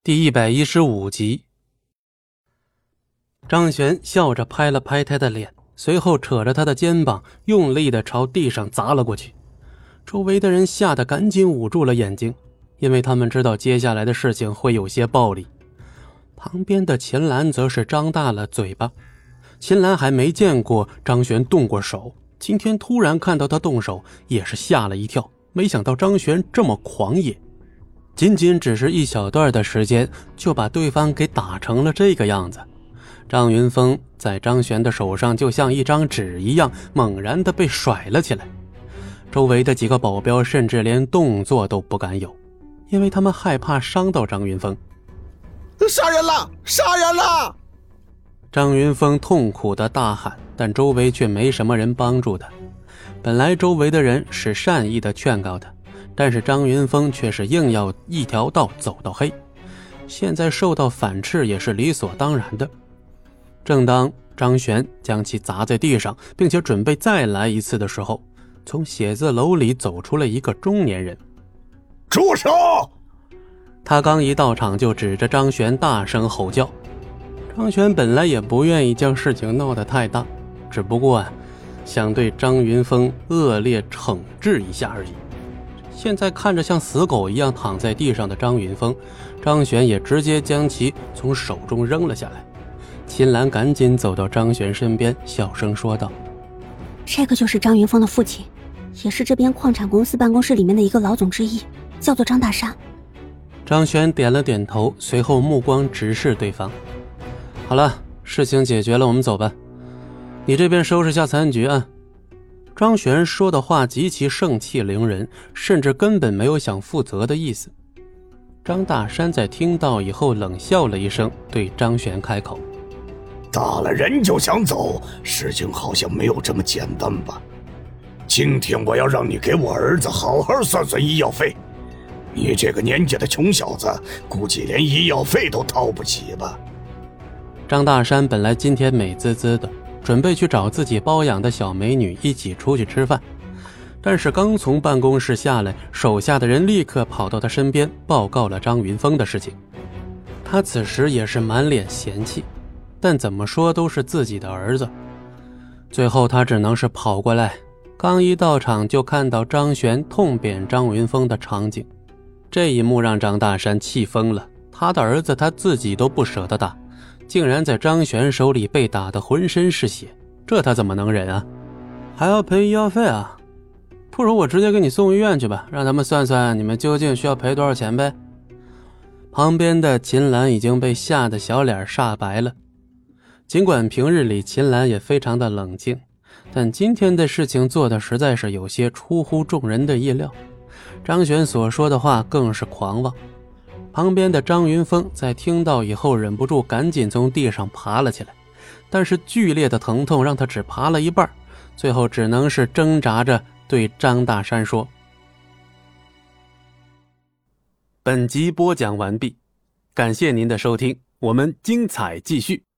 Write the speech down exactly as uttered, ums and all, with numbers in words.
第一百一十五集。张璇笑着拍了拍他的脸，随后扯着他的肩膀用力地朝地上砸了过去。周围的人吓得赶紧捂住了眼睛，因为他们知道接下来的事情会有些暴力。旁边的秦岚则是张大了嘴巴，秦岚还没见过张璇动过手，今天突然看到他动手也是吓了一跳，没想到张璇这么狂野，仅仅只是一小段的时间就把对方给打成了这个样子。张云峰在张璇的手上就像一张纸一样猛然地被甩了起来，周围的几个保镖甚至连动作都不敢有，因为他们害怕伤到张云峰。 杀人了！杀人了！ 张云峰痛苦地大喊，但周围却没什么人帮助他。本来周围的人是善意地劝告他，但是张云峰却是硬要一条道走到黑，现在受到反斥也是理所当然的。正当张璇将其砸在地上，并且准备再来一次的时候，从写字楼里走出了一个中年人。 住手！ 他刚一到场就指着张璇大声吼叫。张璇本来也不愿意将事情闹得太大，只不过啊，想对张云峰恶劣惩治一下而已。现在看着像死狗一样躺在地上的张云峰，张璇也直接将其从手中扔了下来。秦岚赶紧走到张璇身边，小声说道： 这个就是张云峰的父亲，也是这边矿产公司办公室里面的一个老总之一，叫做张大山。 张璇点了点头，随后目光直视对方。好了，事情解决了，我们走吧。你这边收拾下残局啊。张璇说的话极其盛气凌人，甚至根本没有想负责的意思。张大山在听到以后冷笑了一声，对张璇开口： 打了人就想走，事情好像没有这么简单吧？今天我要让你给我儿子好好算算医药费。你这个年纪的穷小子，估计连医药费都掏不起吧？ 张大山本来今天美滋滋的，准备去找自己包养的小美女一起出去吃饭，但是刚从办公室下来，手下的人立刻跑到他身边报告了张云峰的事情。他此时也是满脸嫌弃，但怎么说都是自己的儿子，最后他只能是跑过来，刚一到场就看到张璇痛扁张云峰的场景。这一幕让张大山气疯了，他的儿子他自己都不舍得打，竟然在张璇手里被打得浑身是血，这他怎么能忍啊？还要赔医药费啊？不如我直接给你送医院去吧，让他们算算你们究竟需要赔多少钱呗。旁边的秦岚已经被吓得小脸煞白了。尽管平日里秦岚也非常的冷静，但今天的事情做的实在是有些出乎众人的意料。张璇所说的话更是狂妄。旁边的张云峰在听到以后忍不住赶紧从地上爬了起来，但是剧烈的疼痛让他只爬了一半，最后只能是挣扎着对张大山说：本集播讲完毕，感谢您的收听，我们精彩继续。